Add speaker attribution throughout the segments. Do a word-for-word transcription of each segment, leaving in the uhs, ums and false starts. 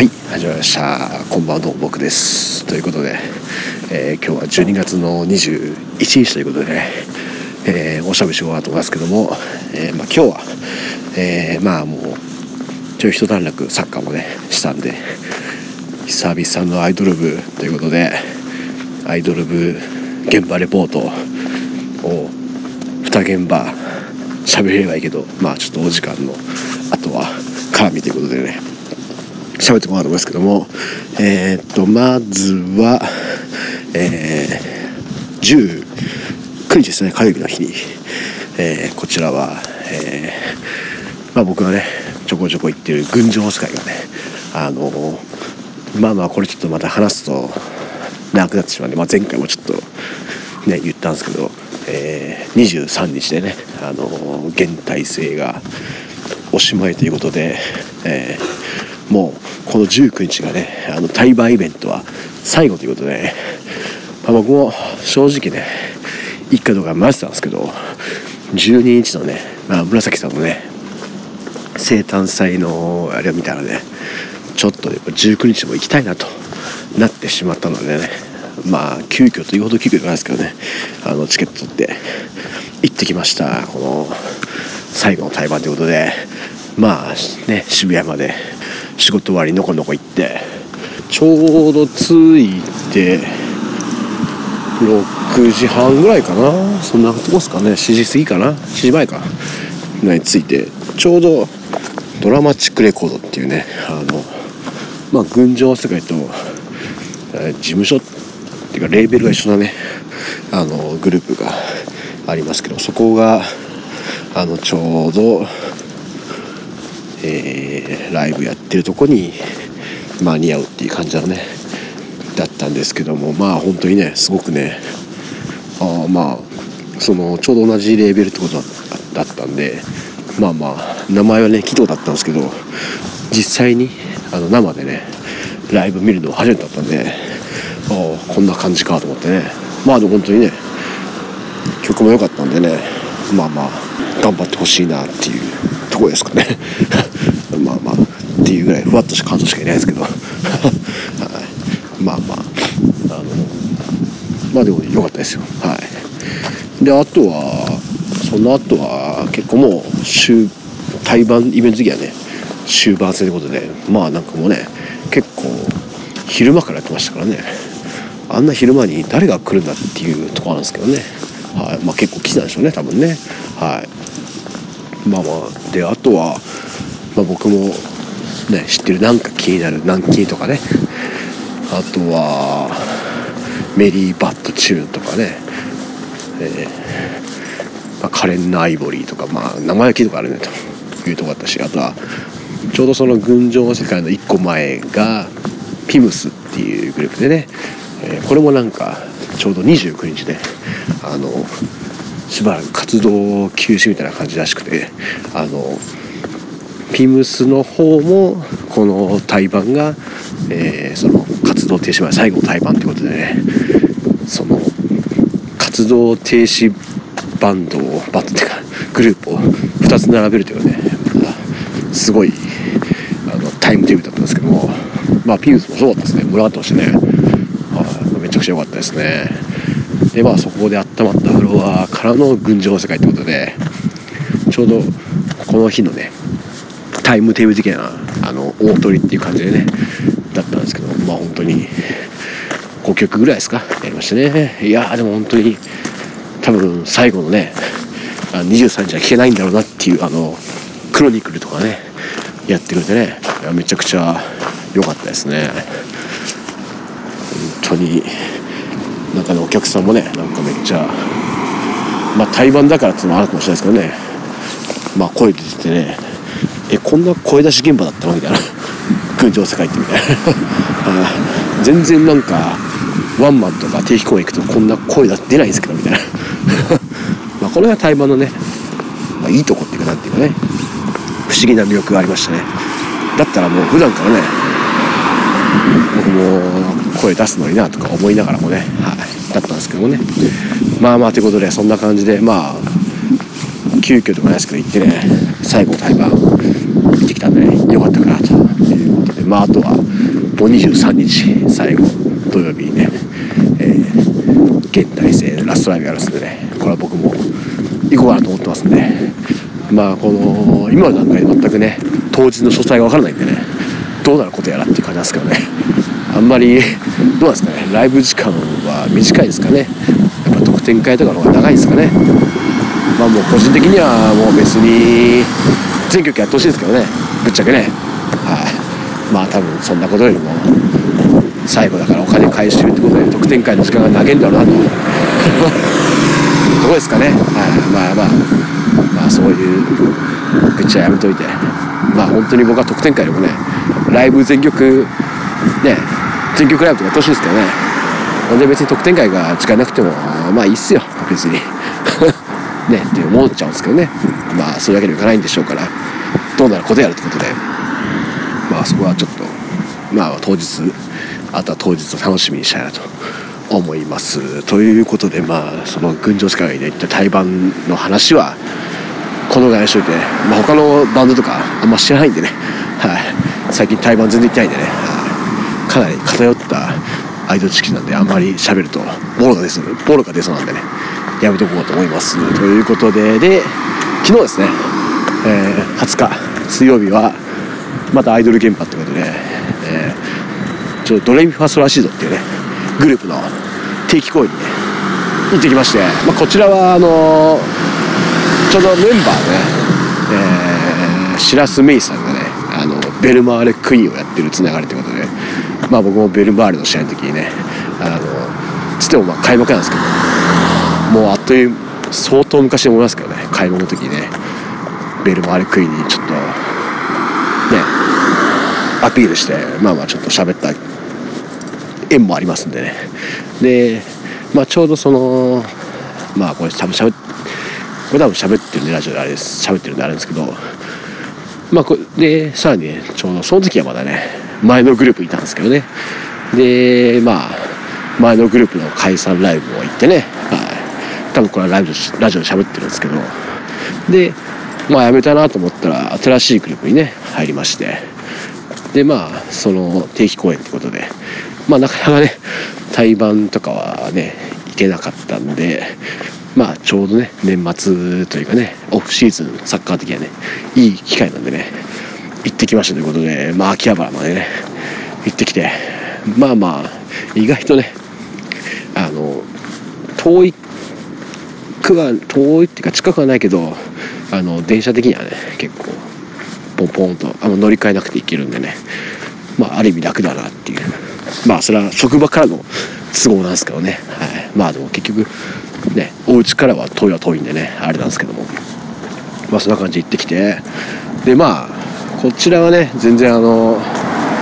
Speaker 1: はい、始まりました。こんばんは、どうも僕です。ということで、えー、今日はじゅうにがつのにじゅういちにちということでね、えー、おしゃべりしようかなと思いますけども、えーまあ、今日は、えー、まあもうちょい一段落サッカーもねしたんで、久々のアイドル部ということで、アイドル部現場レポートをに現場喋れればいいけど、まあちょっとお時間のあとは絡みということでね喋ってもらうと思いますけども、えー、っとまずは、えー、じゅうくにちですね、火曜日の日に、えー、こちらは、えーまあ、僕がねちょこちょこ行ってる群青使いがね、あのー、まあまあこれちょっとまた話すと長くなってしまうんで、まあ、前回もちょっとね言ったんですけど、えー、にじゅうさんにちでね、あのー、現体制がおしまいということで、えー、もうこのじゅうくにちがね、あの対バンイベントは最後ということで、ね、まあ、僕も正直ねいっかどうか迷ってたんですけど、じゅうににちのね、まあ、紫さんのね生誕祭のあれを見たらね、ちょっとやっぱじゅうくにちも行きたいなとなってしまったのでね、まあ急遽というほど急遽じゃないですけどね、あのチケット取って行ってきました。この最後の対バンということで、まあね渋谷まで仕事終わりのこのこ行って、ちょうど着いてろくじはんぐらいかな、そんなとこですかね、しちじ過ぎかな、しちじまえかに着いて、ちょうどドラマチックレコードっていうね、あのまあ群青世界と事務所っていうかレーベルが一緒なね、あのグループがありますけど、そこがあのちょうど、えー、ライブやってるとこに間に合うっていう感じだねだったんですけども、まあ本当にねすごくね、あまあそのちょうど同じレーベルってことだったんで、まあまあ名前はね聞いたことあったんですけど、実際にあの生でねライブ見るのは初めてだったんで、あこんな感じかと思ってね、まあでも本当にね曲も良かったんでね、まあまあ頑張ってほしいなっていうところですかねまあまあっていうぐらいふわっとした感想しかいないですけどまあまああのまあでも良かったですよ。はい。であとはその後は結構もう終対バンイベント時はね終盤戦ということで、まあなんかもうね結構昼間からやってましたからね、あんな昼間に誰が来るんだっていうところなんですけどね、はい、まあ結構来てたんでしょうね多分ね。はい。まあまあであとは、まあ、僕もね知ってるなんか気になる南京とかね、あとはメリーバッドチューンとかね、えーまあ、カレンナ・アイボリーとか、まあ名前は聞いたことあるねというところだったし、あとはちょうどその群青世界のいっこまえがピムスっていうグループでね、えー、これもなんかちょうどにじゅうくにちであのしばらく活動休止みたいな感じらしくて、あのピムスの方もこの対バンが、えー、その活動停止前最後の対バンということでね、その活動停止バンドをバンドっていうかグループをふたつ並べるというね、すごいあのタイムテーブルだったんですけども、まあピムスもすごかったですね、盛り上がってましたね。はめちゃくちゃ良かったですね。でまあそこで温まったフロアからの群青世界ということで、ちょうどこの日のねタイムテーブル的なあの大取りっていう感じでねだったんですけど、まあ本当にごきょくぐらいですかやりましたね。いやーでも本当に多分最後のねにじゅうさんにちは聴けないんだろうなっていうあのクロニクルとかねやってるんでね、いやめちゃくちゃ良かったですね。本当になんかねお客さんもねなんかめっちゃまあ対バンだからっていうのもあるかもしれないですけどね、まあ声出ててね、えこんな声出し現場だったのみたいな群青世界ってみたいな全然なんかワンマンとか定期公演行くとこんな声出ないんですけどみたいなまあこれが対バンのね、まあ、いいとこっていうかなんていうかね不思議な魅力がありましたね。だったらもう普段からね僕も声出すのになとか思いながらもね、はい、だったんですけどもね、まあまあということでそんな感じでまあ急遽とかないですけど行ってね最後の対バン見てきたんでね良かったかなということで、まああとはもうにじゅうさんにち最後土曜日にね、えー、現代生ラストライブやるんですんでね、これは僕も行こうかなと思ってますんで、まあこの今の段階で全くね当日の詳細が分からないんでね、どうなることやらっていう感じなんですけどね、あんまりどうなんですかね、ライブ時間は短いですかね、やっぱ特典会とかの方が長いですかね。まあもう個人的にはもう別に全曲やってほしいですけどね、ぶっちゃけね。はい、まあ多分そんなことよりも最後だからお金回収ってことで特典会の時間が長いんだろうなとどうですかね。はい、まあまあまあそういう愚痴はやめといて、まあ本当に僕は特典会でもねライブ全曲ね全曲ライブとかやってほしいですけどね。ほんで別に特典会が時間なくてもまあいいっすよ別にねって思っちゃうんですけどね。まあそういうわけにはいかないんでしょうから、どうなることやるってことで、まあそこはちょっとまあ当日あとは当日を楽しみにしたいなと思います。ということで、まあその群青スカイで言った対バンの話はこのぐらいにしといて、まあ、他のバンドとかあんま知らないんでね、はい、最近対バン全然行ってないんでね、はい、かなり偏ったアイドル知識なんであんまり喋るとボロが出そうボロが出そうなんでね、やめとこうと思います。ということで、で昨日ですね、えー、はつか水曜日はまたアイドル現場ってことで、えー、ちょっとドレミファソラシドっていうねグループの定期公演にね行ってきまして、まあ、こちらはあのー、ちょうどメンバーね、えー、白洲メイさんがねあのベルマーレクイーンをやってるつながりということで、まあ僕もベルマーレの試合の時にねあのつってもまあ開幕なんですけど、もうあっという相当昔に思いますけどね、開幕の時にねベルマーレクイーンにちょっとねアピールしてまあまあちょっと喋った縁もありますんでね。でまあちょうどそのまあこれ多分喋ってこれ多分喋ってるんでラジオであれです喋ってるんであれですけど、まあこれでさらにねちょうどその時はまだね前のグループいたんですけどね、でまあ前のグループの解散ライブを行ってね、はい、多分これはライブラジオで喋ってるんですけど、でまあ辞めたなと思ったら新しいグループにね入りまして、でまあその定期公演ってことでまあなかなかね対バンとかはね行けなかったんで、まあちょうどね年末というかねオフシーズンサッカー的にはねいい機会なんでね行ってきましたということで、まあ秋葉原までね行ってきて、まあまあ意外とねあの遠いくは遠いっていうか近くはないけど、あの電車的にはね結構ポンポンとあの乗り換えなくて行けるんでね、まあある意味楽だなっていう、まあそれは職場からの都合なんですけどね、はい、まあでも結局ねお家からは遠いは遠いんでねあれなんですけども、まあそんな感じで行ってきて、でまあこちらはね全然あのね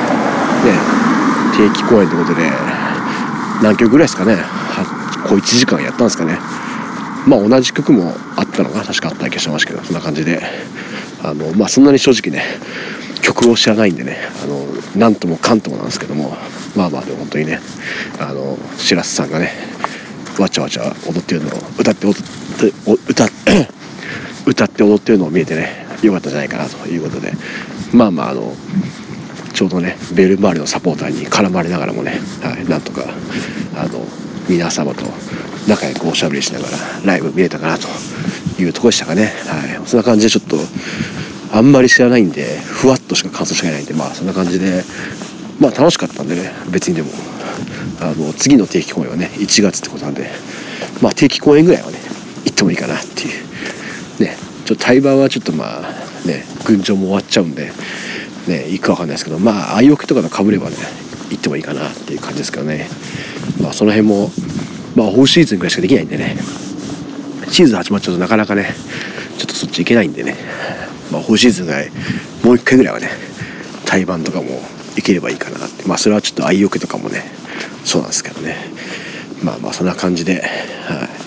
Speaker 1: 定期公演ということで何曲ぐらいですかね、こういちじかんやったんですかね。まあ同じ曲もあったのが確かあった気がしますけど、そんな感じであのまあそんなに正直ね曲を知らないんでね、あのなんともかんともなんですけども、まあまあでも本当にねあの白洲さんがねわちゃわちゃ踊ってるのを歌って踊って歌って歌って踊ってるのを見えてね良かったんじゃないかなということで、まあまああのちょうどねベルマーレのサポーターに絡まれながらもね、はい、なんとかあの皆様と仲良くおしゃべりしながらライブ見れたかなというところでしたかね。はい、そんな感じでちょっとあんまり知らないんでふわっとしか感想しかないんで、まあそんな感じでまあ楽しかったんでね、別にでもあの次の定期公演はねいちがつってことなんで、まあ定期公演ぐらいはね行ってもいいかなっていうね。ちょっと対バンはちょっとまあね群青も終わっちゃうんでね行くかわかんないですけど、まあ愛置とかと被ればね行ってもいいかなっていう感じですけどね。まあその辺もまあオフシーズンぐらいしかできないんでね、シーズン始まっちゃうとなかなかねちょっとそっち行けないんでね、まあオフシーズンぐらいもう一回ぐらいはね対バンとかも行ければいいかなって、まあそれはちょっと愛置とかもねそうなんですけどね、まあまあそんな感じで、はい、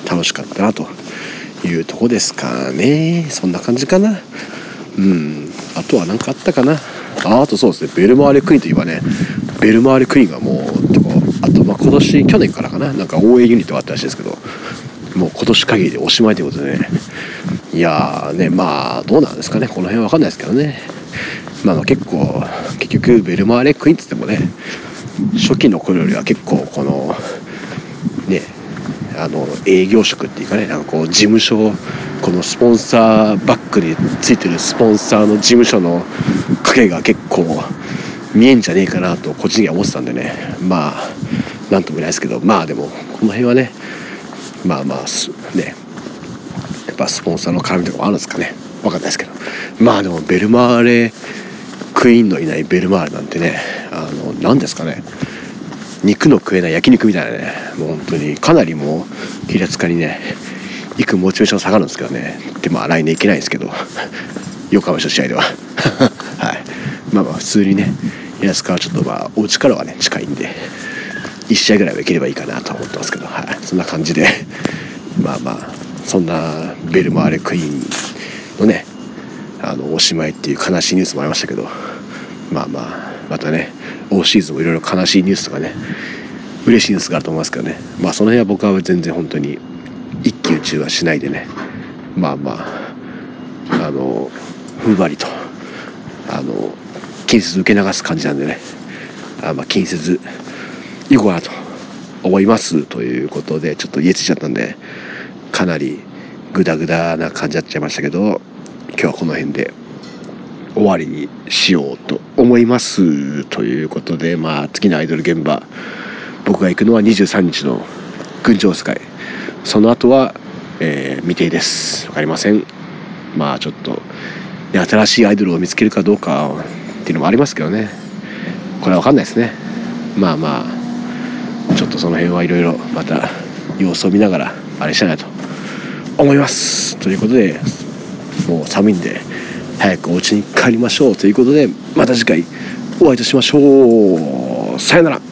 Speaker 1: 楽しかったなというとこですかね。そんな感じかな。うん、あとは何かあったかな。あ, あとそうですねベルマーレクイーンといえばねベルマーレクイーンがもうとかあとまあ今年去年からかななんか応援ユニットがあったらしいですけど、もう今年限りでおしまいということでね、いやーねまあどうなんですかねこの辺は分かんないですけどね、 まあ結構結局ベルマーレクイーンっつってもね、初期の頃よりは結構このねあの営業職っていうかね、なんかこう事務所、このスポンサーバックについてるスポンサーの事務所の影が結構見えんじゃねえかなと個人的には思ってたんでね、まあなんとも言えないですけど、まあでもこの辺はね、まあまあね、やっぱスポンサーの絡みとかもあるんですかね、分かんないですけど、まあでもベルマーレクイーンのいないベルマーレなんてね、あの何ですかね、肉の食えない焼肉みたいなね、もう本当にかなりもう平塚にね行くモチベーション下がるんですけどね。でまあ来年行けないんですけど横浜市の試合でははい、まあまあ普通にね平塚はちょっとまあお家からはね近いんでいち試合ぐらいは行ければいいかなと思ってますけど、はい、そんな感じでまあまあそんなベルマーレクイーンのねあのおしまいっていう悲しいニュースもありましたけど、まあまあまたねオーシーズンもいろいろ悲しいニュースとかね嬉しいニュースがあると思いますけどね、まあその辺は僕は全然本当に一喜一憂はしないでね、まあまああのふんわりとあの気にせず受け流す感じなんでね、あまあ気にせずいこうかなと思いますということで、ちょっと家ついちゃったんでかなりグダグダな感じになっちゃいましたけど、今日はこの辺で終わりにしようと思いますということで、まあ次のアイドル現場僕が行くのはにじゅうさんにちの群青スカイ、その後は、えー、未定です。わかりません。まあちょっと、ね、新しいアイドルを見つけるかどうかっていうのもありますけどね、これはわかんないですね。まあまあちょっとその辺はいろいろまた様子を見ながらあれしたいなと思いますということで、もう寒いんで早くお家に帰りましょうということで、また次回お会いいたしましょう。さよなら。